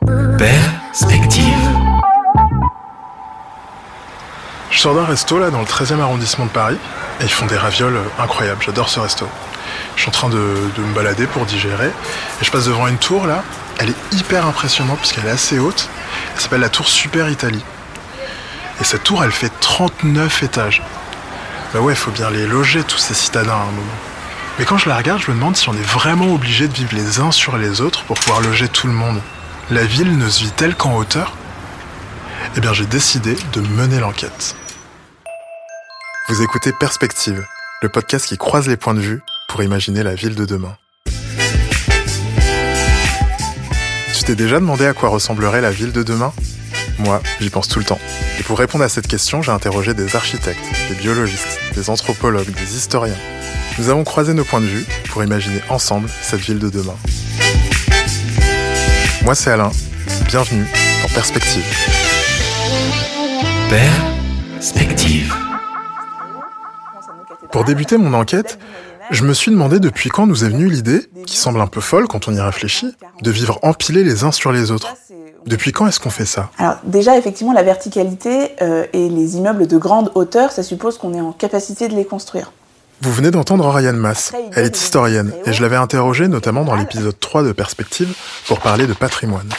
Perspective. Je sors d'un resto là dans le 13e arrondissement de Paris et ils font des ravioles incroyables, j'adore ce resto. Je suis en train de me balader pour digérer et je passe devant une tour là, elle est hyper impressionnante puisqu'elle est assez haute, elle s'appelle la tour Super Italie. Et cette tour elle fait 39 étages. Bah ouais, il faut bien les loger tous ces citadins à un moment. Mais quand je la regarde, je me demande si on est vraiment obligé de vivre les uns sur les autres pour pouvoir loger tout le monde. La ville ne se vit-elle qu'en hauteur ? Eh bien j'ai décidé de mener l'enquête. Vous écoutez Perspective, le podcast qui croise les points de vue pour imaginer la ville de demain. Tu t'es déjà demandé à quoi ressemblerait la ville de demain ? Moi, j'y pense tout le temps. Et pour répondre à cette question, j'ai interrogé des architectes, des biologistes, des anthropologues, des historiens. Nous avons croisé nos points de vue pour imaginer ensemble cette ville de demain. Moi, c'est Alain. Bienvenue dans Perspective. Perspective. Pour débuter mon enquête, je me suis demandé depuis quand nous est venue l'idée, qui semble un peu folle quand on y réfléchit, de vivre empilés les uns sur les autres. Depuis quand est-ce qu'on fait ça ? Alors déjà, effectivement, la verticalité et les immeubles de grande hauteur, ça suppose qu'on est en capacité de les construire. Vous venez d'entendre Oriane Masse, elle est historienne, et je l'avais interrogée notamment dans l'épisode 3 de Perspective pour parler de patrimoine.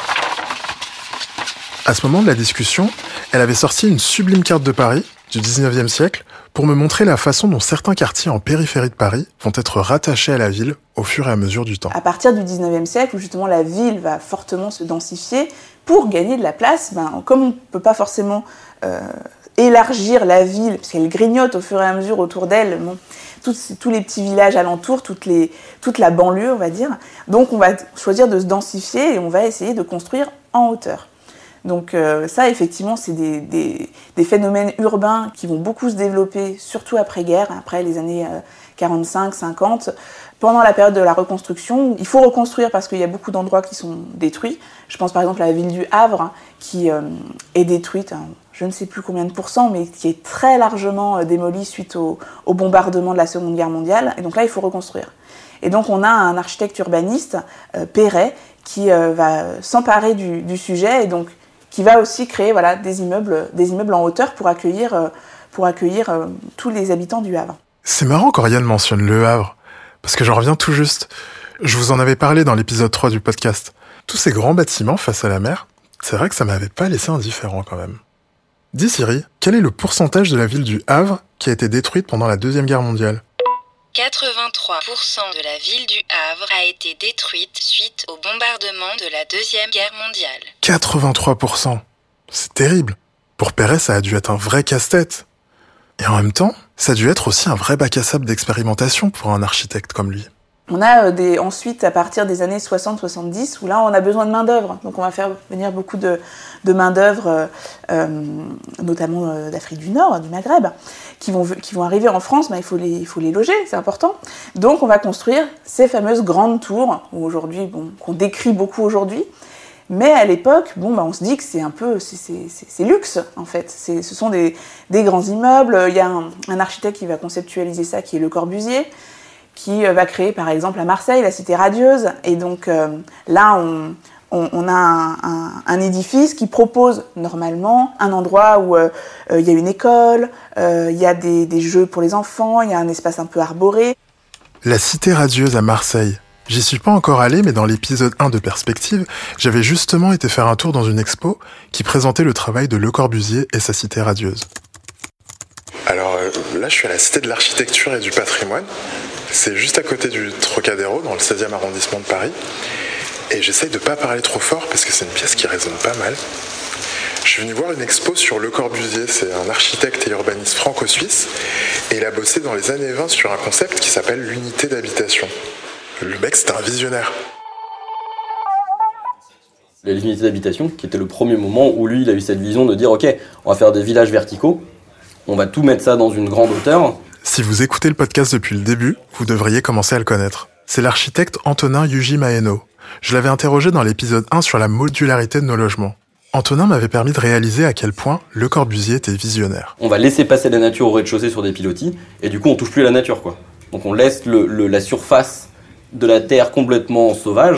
À ce moment de la discussion, elle avait sorti une sublime carte de Paris, du 19e siècle, pour me montrer la façon dont certains quartiers en périphérie de Paris vont être rattachés à la ville au fur et à mesure du temps. À partir du 19e siècle, où justement la ville va fortement se densifier, pour gagner de la place, comme on ne peut pas forcément élargir la ville, parce qu'elle grignote au fur et à mesure autour d'elle, tous les petits villages alentours, toute la banlieue, on va dire. Donc on va choisir de se densifier et on va essayer de construire en hauteur. Donc ça, effectivement, c'est des phénomènes urbains qui vont beaucoup se développer, surtout après-guerre, après les années 45-50. Pendant la période de la reconstruction, il faut reconstruire parce qu'il y a beaucoup d'endroits qui sont détruits. Je pense par exemple à la ville du Havre, qui est détruite, je ne sais plus combien de pourcents, mais qui est très largement démolie suite au bombardement de la Seconde Guerre mondiale. Et donc là, il faut reconstruire. Et donc on a un architecte urbaniste, Perret, qui va s'emparer du sujet et donc qui va aussi créer des immeubles en hauteur pour accueillir tous les habitants du Havre. C'est marrant qu'Oriane mentionne le Havre, parce que j'en reviens tout juste. Je vous en avais parlé dans l'épisode 3 du podcast. Tous ces grands bâtiments face à la mer, c'est vrai que ça m'avait pas laissé indifférent quand même. Dis Siri, quel est le pourcentage de la ville du Havre qui a été détruite pendant la Deuxième Guerre mondiale ? 83% de la ville du Havre a été détruite suite au bombardement de la Deuxième Guerre mondiale. 83%. C'est terrible. Pour Perret, ça a dû être un vrai casse-tête. Et en même temps, ça a dû être aussi un vrai bac à sable d'expérimentation pour un architecte comme lui. On a ensuite, à partir des années 60-70, où là, on a besoin de main-d'œuvre. Donc, on va faire venir beaucoup de main-d'œuvre, notamment d'Afrique du Nord, du Maghreb, qui vont arriver en France. Il faut les loger, c'est important. Donc, on va construire ces fameuses grandes tours, qu'on décrit beaucoup aujourd'hui. Mais à l'époque, on se dit que c'est luxe, en fait. Ce sont des grands immeubles. Il y a un architecte qui va conceptualiser ça, qui est Le Corbusier, qui va créer par exemple à Marseille la Cité radieuse. Et donc là, on a un édifice qui propose normalement un endroit où il y a une école, il y a des jeux pour les enfants, il y a un espace un peu arboré. La Cité radieuse à Marseille. J'y suis pas encore allé, mais dans l'épisode 1 de Perspective, j'avais justement été faire un tour dans une expo qui présentait le travail de Le Corbusier et sa Cité radieuse. Alors là, je suis à la Cité de l'Architecture et du Patrimoine. C'est juste à côté du Trocadéro, dans le 16e arrondissement de Paris. Et j'essaye de pas parler trop fort parce que c'est une pièce qui résonne pas mal. Je suis venu voir une expo sur Le Corbusier, c'est un architecte et urbaniste franco-suisse. Et il a bossé dans les années 20 sur un concept qui s'appelle l'unité d'habitation. Le mec, c'était un visionnaire. L'unité d'habitation, qui était le premier moment où lui, il a eu cette vision de dire « Ok, on va faire des villages verticaux, on va tout mettre ça dans une grande hauteur. » Si vous écoutez le podcast depuis le début, vous devriez commencer à le connaître. C'est l'architecte Antonin Yuji Maeno. Je l'avais interrogé dans l'épisode 1 sur la modularité de nos logements. Antonin m'avait permis de réaliser à quel point Le Corbusier était visionnaire. On va laisser passer la nature au rez-de-chaussée sur des pilotis, et du coup on touche plus à la nature, quoi. Donc on laisse la surface de la terre complètement sauvage,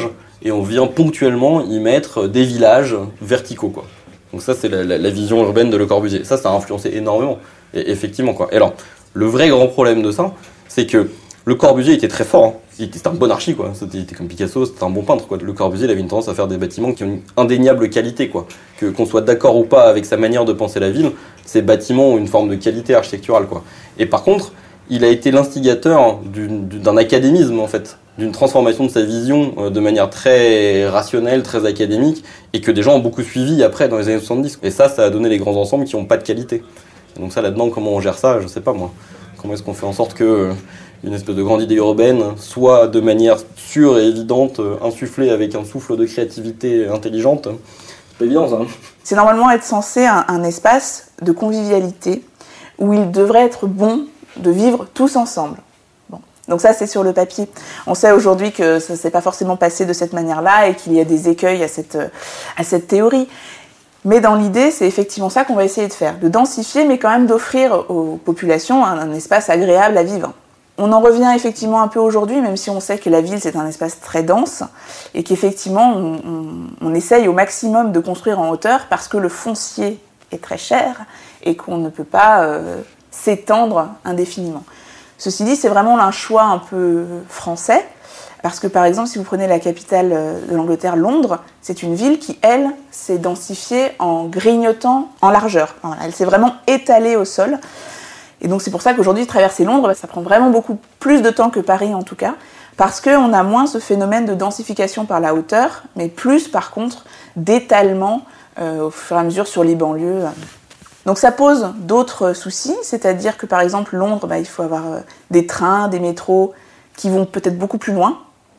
et on vient ponctuellement y mettre des villages verticaux, quoi. Donc ça, c'est la vision urbaine de Le Corbusier. Ça a influencé énormément, et effectivement, quoi. Et alors, le vrai grand problème de ça, c'est que Le Corbusier était très fort, hein. C'était un bon archi, quoi. C'était comme Picasso, c'était un bon peintre, quoi. Le Corbusier, il avait une tendance à faire des bâtiments qui ont une indéniable qualité, quoi. Qu'on soit d'accord ou pas avec sa manière de penser la ville, ces bâtiments ont une forme de qualité architecturale, quoi. Et par contre, il a été l'instigateur d'un académisme, en fait, d'une transformation de sa vision de manière très rationnelle, très académique, et que des gens ont beaucoup suivi après, dans les années 70. Et ça a donné les grands ensembles qui n'ont pas de qualité. Et donc ça, là-dedans, comment on gère ça, je sais pas, moi. Comment est-ce qu'on fait en sorte que une espèce de grande idée urbaine soit de manière sûre et évidente, insufflée avec un souffle de créativité intelligente? C'est pas évident, ça. C'est normalement être censé un espace de convivialité où il devrait être bon de vivre tous ensemble. Bon. Donc ça, c'est sur le papier. On sait aujourd'hui que ça ne s'est pas forcément passé de cette manière-là et qu'il y a des écueils à cette théorie. Mais dans l'idée, c'est effectivement ça qu'on va essayer de faire, de densifier, mais quand même d'offrir aux populations un espace agréable à vivre. On en revient effectivement un peu aujourd'hui, même si on sait que la ville, c'est un espace très dense, et qu'effectivement, on essaye au maximum de construire en hauteur, parce que le foncier est très cher, et qu'on ne peut pas s'étendre indéfiniment. Ceci dit, c'est vraiment un choix un peu français, parce que par exemple, si vous prenez la capitale de l'Angleterre, Londres, c'est une ville qui, elle, s'est densifiée en grignotant en largeur. Voilà, elle s'est vraiment étalée au sol. Et donc c'est pour ça qu'aujourd'hui, traverser Londres, ça prend vraiment beaucoup plus de temps que Paris en tout cas, parce qu'on a moins ce phénomène de densification par la hauteur, mais plus par contre d'étalement au fur et à mesure sur les banlieues. Donc ça pose d'autres soucis, c'est-à-dire que par exemple Londres, il faut avoir des trains, des métros qui vont peut-être beaucoup plus loin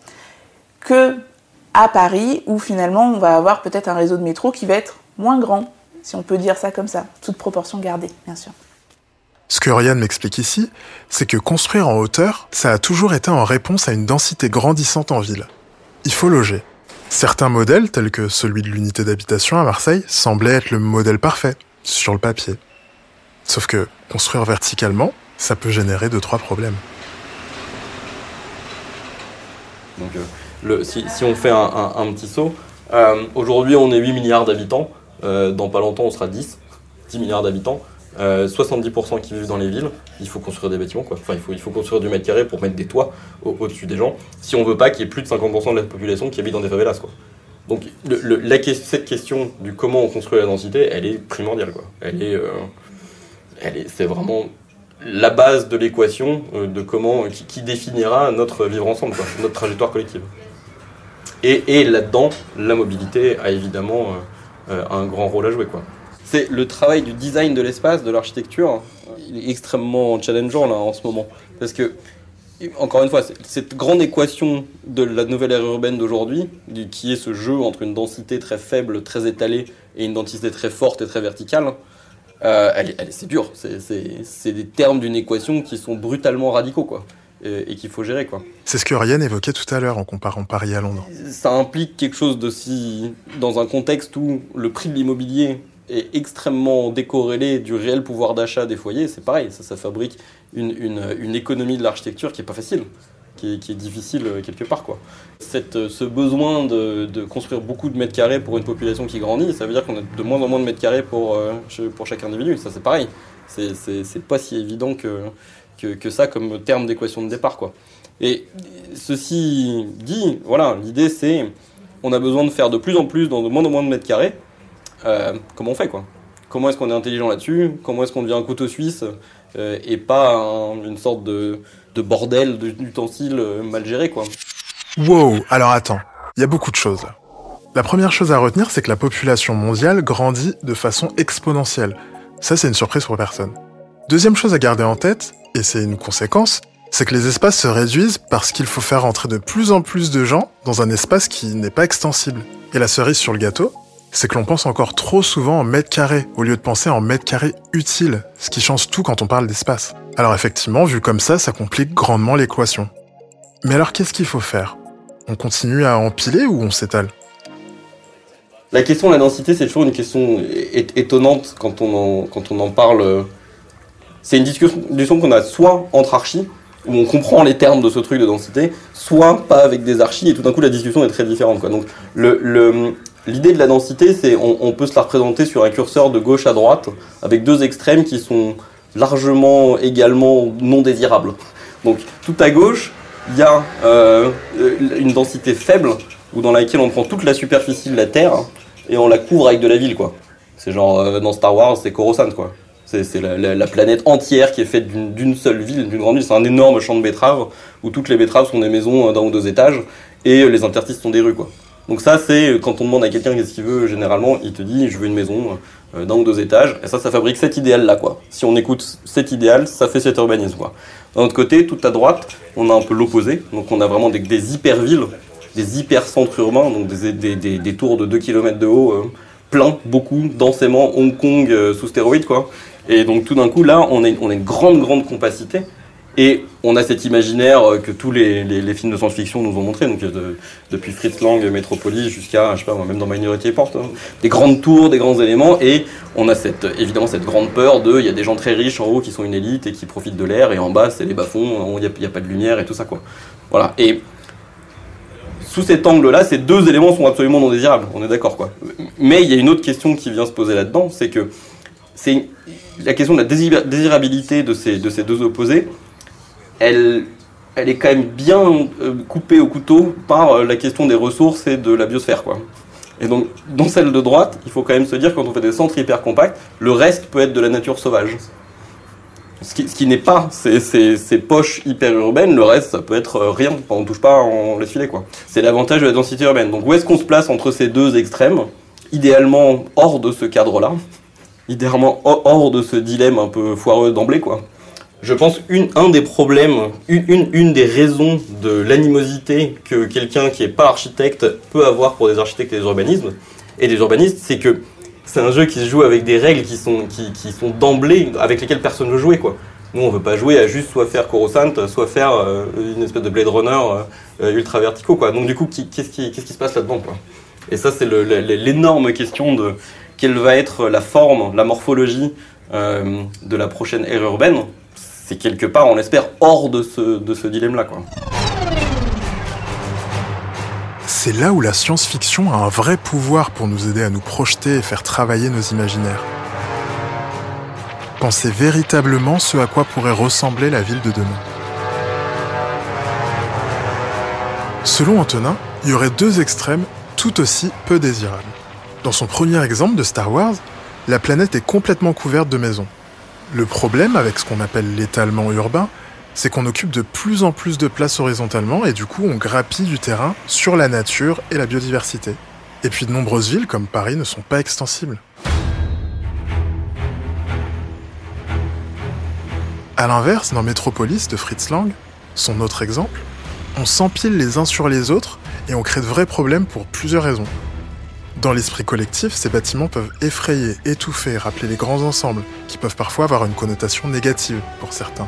que à Paris, où finalement on va avoir peut-être un réseau de métro qui va être moins grand, si on peut dire ça comme ça, toute proportion gardée, bien sûr. Ce que Oriane m'explique ici, c'est que construire en hauteur, ça a toujours été en réponse à une densité grandissante en ville. Il faut loger. Certains modèles, tels que celui de l'unité d'habitation à Marseille, semblaient être le modèle parfait, sur le papier. Sauf que construire verticalement, ça peut générer 2-3 problèmes. Donc si on fait un petit saut, aujourd'hui on est 8 milliards d'habitants, dans pas longtemps on sera 10 milliards d'habitants. 70% qui vivent dans les villes, il faut construire des bâtiments, quoi. Enfin, il faut construire du mètre carré pour mettre des toits au-dessus des gens, si on veut pas qu'il y ait plus de 50% de la population qui habite dans des favelas, quoi. Donc cette question du comment on construit la densité, elle est primordiale, quoi. C'est vraiment la base de l'équation de comment qui définira notre vivre ensemble, quoi, notre trajectoire collective. Et là-dedans, la mobilité a évidemment un grand rôle à jouer, quoi. C'est le travail du design de l'espace, de l'architecture, il est extrêmement challengeant là en ce moment. Parce que, encore une fois, cette grande équation de la nouvelle ère urbaine d'aujourd'hui, qui est ce jeu entre une densité très faible, très étalée, et une densité très forte et très verticale, c'est dur. C'est des termes d'une équation qui sont brutalement radicaux, quoi. Et qu'il faut gérer, quoi. C'est ce que Oriane évoquait tout à l'heure en comparant Paris à Londres. Ça implique quelque chose d'aussi, dans un contexte où le prix de l'immobilier est extrêmement décorrélé du réel pouvoir d'achat des foyers, c'est pareil, ça fabrique une économie de l'architecture qui est pas facile, qui est difficile quelque part, quoi. Ce besoin de construire beaucoup de mètres carrés pour une population qui grandit, ça veut dire qu'on a de moins en moins de mètres carrés pour chaque individu, ça c'est pareil. C'est pas si évident que ça comme terme d'équation de départ, quoi. Et ceci dit, voilà, l'idée c'est on a besoin de faire de plus en plus dans de moins en moins de mètres carrés. Comment on fait, quoi? Comment est-ce qu'on est intelligent là-dessus? Comment est-ce qu'on devient un couteau suisse et pas une sorte de bordel d'ustensiles mal géré, quoi? Wow, alors attends, il y a beaucoup de choses là. La première chose à retenir, c'est que la population mondiale grandit de façon exponentielle. Ça, c'est une surprise pour personne. Deuxième chose à garder en tête, et c'est une conséquence, c'est que les espaces se réduisent parce qu'il faut faire entrer de plus en plus de gens dans un espace qui n'est pas extensible. Et la cerise sur le gâteau, c'est que l'on pense encore trop souvent en mètres carrés, au lieu de penser en mètres carrés utiles, ce qui change tout quand on parle d'espace. Alors effectivement, vu comme ça complique grandement l'équation. Mais alors qu'est-ce qu'il faut faire? On continue à empiler ou on s'étale? La question de la densité, c'est toujours une question étonnante quand on en parle. C'est une discussion qu'on a soit entre archi, où on comprend les termes de ce truc de densité, soit pas avec des archis, et tout d'un coup la discussion est très différente, quoi. Donc l'idée de la densité, c'est on peut se la représenter sur un curseur de gauche à droite, avec deux extrêmes qui sont largement également non désirables. Donc tout à gauche, il y a une densité faible, où dans laquelle on prend toute la superficie de la Terre, et on la couvre avec de la ville, quoi. C'est genre, dans Star Wars, c'est Coruscant, quoi. C'est la planète entière qui est faite d'une seule ville, d'une grande ville. C'est un énorme champ de betteraves où toutes les betteraves sont des maisons d'un ou deux étages et les interstices sont des rues, quoi. Donc ça, c'est quand on demande à quelqu'un qu'est-ce qu'il veut, généralement, il te dit je veux une maison d'un ou deux étages. Et ça fabrique cet idéal-là, quoi. Si on écoute cet idéal, ça fait cet urbanisme, quoi. D'un autre côté, tout à droite, on a un peu l'opposé. Donc on a vraiment des hyper-villes, des hyper-centres urbains, donc des tours de 2 km de haut, plein, beaucoup, densément, Hong Kong sous stéroïdes, quoi. Et donc tout d'un coup, là, on a une grande compacité. Et on a cet imaginaire que tous les films de science-fiction nous ont montré, donc depuis Fritz Lang, Metropolis, jusqu'à, je sais pas, même dans Minority Report, hein, des grandes tours, des grands éléments, et on a évidemment cette grande peur il y a des gens très riches en haut qui sont une élite et qui profitent de l'air, et en bas, c'est les bas-fonds, il n'y a pas de lumière et tout ça, quoi. Voilà. Et sous cet angle-là, ces deux éléments sont absolument non désirables, on est d'accord, quoi. Mais il y a une autre question qui vient se poser là-dedans, c'est que c'est la question de la désirabilité de ces deux opposés. Elle est quand même bien coupée au couteau par la question des ressources et de la biosphère, quoi. Et donc, dans celle de droite, il faut quand même se dire, quand on fait des centres hyper compacts, le reste peut être de la nature sauvage. Ce qui n'est pas ces poches hyper urbaines, le reste, ça peut être rien. Enfin, on touche pas, on laisse filer, quoi. C'est l'avantage de la densité urbaine. Donc, où est-ce qu'on se place entre ces deux extrêmes ? Idéalement, hors de ce cadre-là. Idéalement, hors de ce dilemme un peu foireux d'emblée, quoi. Je pense un des problèmes, une des raisons de l'animosité que quelqu'un qui n'est pas architecte peut avoir pour des architectes et des urbanistes, c'est que c'est un jeu qui se joue avec des règles qui sont d'emblée, avec lesquelles personne ne veut jouer, quoi. Nous, on ne veut pas jouer à juste soit faire Coruscant, soit faire une espèce de Blade Runner ultra verticaux, quoi. Donc du coup, qu'est-ce qui se passe là-dedans, quoi. Et ça, c'est l'énorme question de quelle va être la forme, la morphologie de la prochaine ère urbaine. C'est quelque part, on l'espère, hors de ce dilemme-là, quoi. C'est là où la science-fiction a un vrai pouvoir pour nous aider à nous projeter et faire travailler nos imaginaires. Penser véritablement ce à quoi pourrait ressembler la ville de demain. Selon Antonin, il y aurait deux extrêmes tout aussi peu désirables. Dans son premier exemple de Star Wars, la planète est complètement couverte de maisons. Le problème avec ce qu'on appelle l'étalement urbain, c'est qu'on occupe de plus en plus de place horizontalement et du coup on grappille du terrain sur la nature et la biodiversité. Et puis de nombreuses villes comme Paris ne sont pas extensibles. A l'inverse, dans Metropolis de Fritz Lang, son autre exemple, on s'empile les uns sur les autres et on crée de vrais problèmes pour plusieurs raisons. Dans l'esprit collectif, ces bâtiments peuvent effrayer, étouffer, rappeler les grands ensembles, qui peuvent parfois avoir une connotation négative pour certains.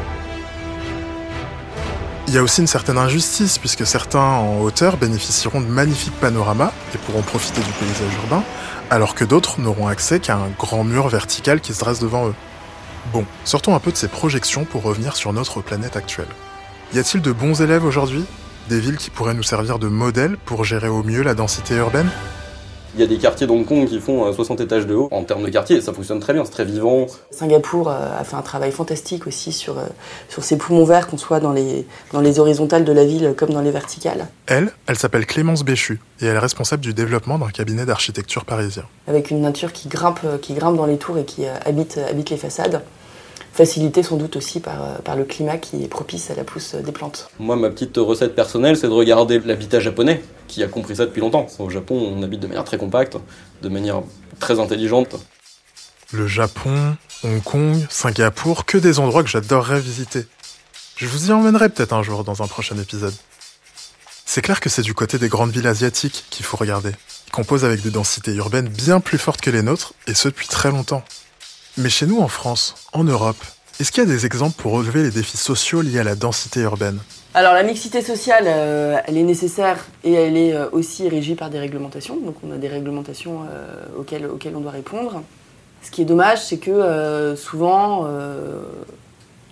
Il y a aussi une certaine injustice, puisque certains en hauteur bénéficieront de magnifiques panoramas et pourront profiter du paysage urbain, alors que d'autres n'auront accès qu'à un grand mur vertical qui se dresse devant eux. Bon, sortons un peu de ces projections pour revenir sur notre planète actuelle. Y a-t-il de bons élèves aujourd'hui ? Des villes qui pourraient nous servir de modèle pour gérer au mieux la densité urbaine ? Il y a des quartiers d'Hong Kong qui font 60 étages de haut en termes de quartier, et ça fonctionne très bien, c'est très vivant. Singapour a fait un travail fantastique aussi sur ses poumons verts, qu'on soit dans les horizontales de la ville comme dans les verticales. Elle s'appelle Clémence Béchu, et elle est responsable du développement d'un cabinet d'architecture parisien. Avec une nature qui grimpe dans les tours et qui habite les façades. Facilité sans doute aussi par le climat qui est propice à la pousse des plantes. Moi, ma petite recette personnelle, c'est de regarder l'habitat japonais, qui a compris ça depuis longtemps. Au Japon, on habite de manière très compacte, de manière très intelligente. Le Japon, Hong Kong, Singapour, que des endroits que j'adorerais visiter. Je vous y emmènerai peut-être un jour dans un prochain épisode. C'est clair que c'est du côté des grandes villes asiatiques qu'il faut regarder. Ils composent avec des densités urbaines bien plus fortes que les nôtres, et ce depuis très longtemps. Mais chez nous en France, en Europe, est-ce qu'il y a des exemples pour relever les défis sociaux liés à la densité urbaine ? Alors la mixité sociale, elle est nécessaire et elle est aussi régie par des réglementations. Donc on a des réglementations auxquelles on doit répondre. Ce qui est dommage, c'est que souvent,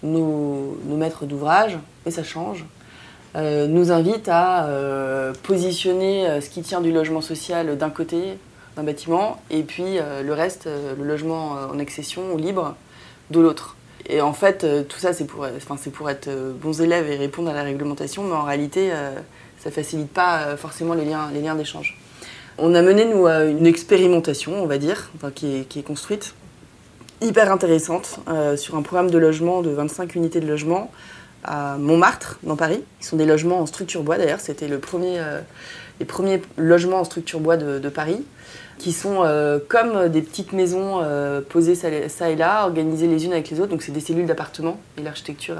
nos maîtres d'ouvrage, et ça change, nous invitent à positionner ce qui tient du logement social d'un côté d'un bâtiment et puis le reste, le logement en accession ou libre, de l'autre. Et en fait, tout ça, c'est pour être bons élèves et répondre à la réglementation, mais en réalité, ça ne facilite pas forcément les liens d'échange. On a mené, nous, une expérimentation, on va dire, qui est construite, hyper intéressante, sur un programme de logement de 25 unités de logement à Montmartre, dans Paris. Ils sont des logements en structure bois, d'ailleurs. C'était les premiers logements en structure bois de Paris, qui sont comme des petites maisons posées ça et là, organisées les unes avec les autres. Donc c'est des cellules d'appartements. Et l'architecture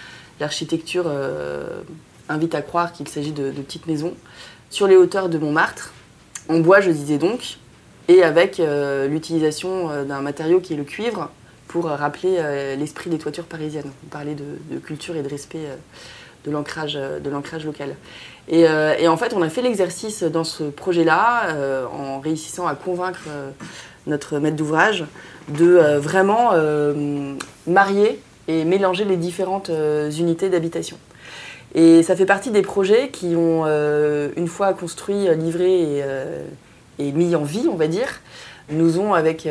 invite à croire qu'il s'agit de petites maisons sur les hauteurs de Montmartre, en bois, je disais donc, et avec l'utilisation d'un matériau qui est le cuivre pour rappeler l'esprit des toitures parisiennes. On parlait de culture et de respect de l'ancrage local. Et en fait, on a fait l'exercice dans ce projet-là, en réussissant à convaincre notre maître d'ouvrage de vraiment marier et mélanger les différentes unités d'habitation. Et ça fait partie des projets qui ont, une fois construits, livrés et mis en vie, on va dire, nous ont, avec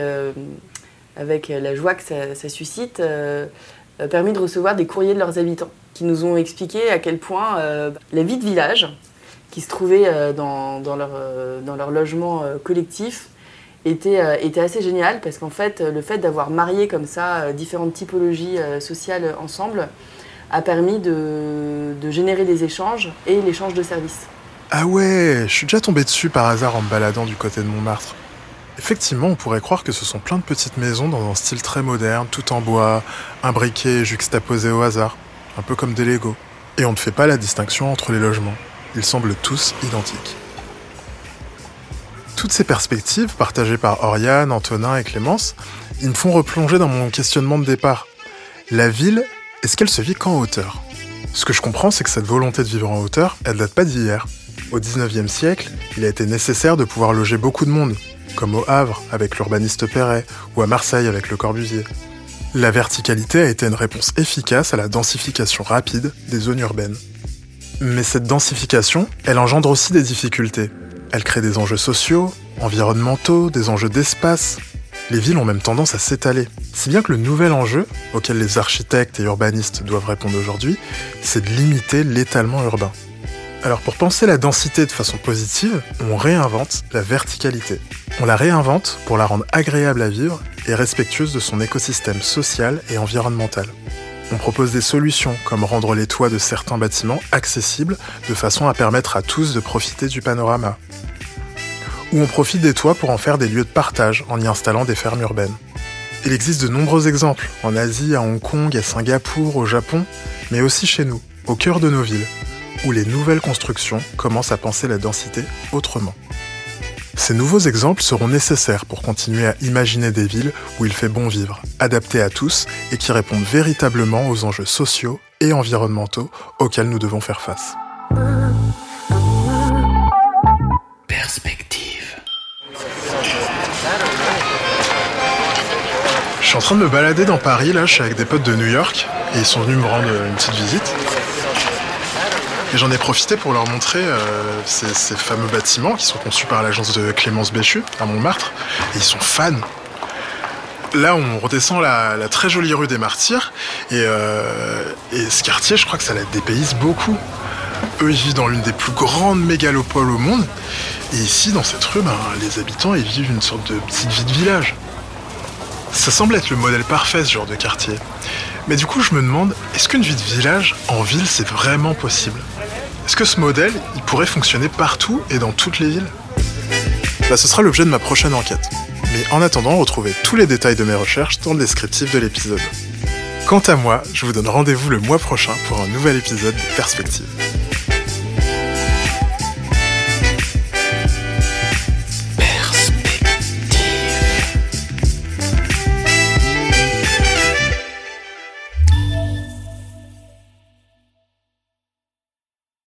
la joie que ça suscite, permis de recevoir des courriers de leurs habitants, qui nous ont expliqué à quel point la vie de village, qui se trouvait dans leur logement collectif, était assez géniale, parce qu'en fait, le fait d'avoir marié comme ça différentes typologies sociales ensemble a permis de générer des échanges et l'échange de services. Ah ouais, je suis déjà tombé dessus par hasard en me baladant du côté de Montmartre. Effectivement, on pourrait croire que ce sont plein de petites maisons dans un style très moderne, tout en bois, imbriquées et juxtaposées au hasard, un peu comme des Lego. Et on ne fait pas la distinction entre les logements. Ils semblent tous identiques. Toutes ces perspectives, partagées par Oriane, Antonin et Clémence, ils me font replonger dans mon questionnement de départ. La ville, est-ce qu'elle se vit qu'en hauteur ? Ce que je comprends, c'est que cette volonté de vivre en hauteur, elle date pas d'hier. Au 19e siècle, il a été nécessaire de pouvoir loger beaucoup de monde, comme au Havre avec l'urbaniste Perret ou à Marseille avec Le Corbusier. La verticalité a été une réponse efficace à la densification rapide des zones urbaines. Mais cette densification, elle engendre aussi des difficultés. Elle crée des enjeux sociaux, environnementaux, des enjeux d'espace. Les villes ont même tendance à s'étaler. Si bien que le nouvel enjeu, auquel les architectes et urbanistes doivent répondre aujourd'hui, c'est de limiter l'étalement urbain. Alors pour penser la densité de façon positive, on réinvente la verticalité. On la réinvente pour la rendre agréable à vivre et respectueuse de son écosystème social et environnemental. On propose des solutions comme rendre les toits de certains bâtiments accessibles de façon à permettre à tous de profiter du panorama. Ou on profite des toits pour en faire des lieux de partage en y installant des fermes urbaines. Il existe de nombreux exemples, en Asie, à Hong Kong, à Singapour, au Japon, mais aussi chez nous, au cœur de nos villes, où les nouvelles constructions commencent à penser la densité autrement. Ces nouveaux exemples seront nécessaires pour continuer à imaginer des villes où il fait bon vivre, adaptées à tous et qui répondent véritablement aux enjeux sociaux et environnementaux auxquels nous devons faire face. Perspective. Je suis en train de me balader dans Paris, là, je suis avec des potes de New York, et ils sont venus me rendre une petite visite. Et j'en ai profité pour leur montrer ces fameux bâtiments qui sont conçus par l'agence de Clémence Béchu, à Montmartre, et ils sont fans. Là, on redescend la très jolie rue des Martyrs, et ce quartier, je crois que ça la dépayse beaucoup. Eux, ils vivent dans l'une des plus grandes mégalopoles au monde, et ici, dans cette rue, les habitants, ils vivent une sorte de petite vie de village. Ça semble être le modèle parfait, ce genre de quartier. Mais du coup, je me demande, est-ce qu'une vie de village en ville, c'est vraiment possible ? Est-ce que ce modèle, il pourrait fonctionner partout et dans toutes les villes ? Ce sera l'objet de ma prochaine enquête. Mais en attendant, retrouvez tous les détails de mes recherches dans le descriptif de l'épisode. Quant à moi, je vous donne rendez-vous le mois prochain pour un nouvel épisode de Perspective.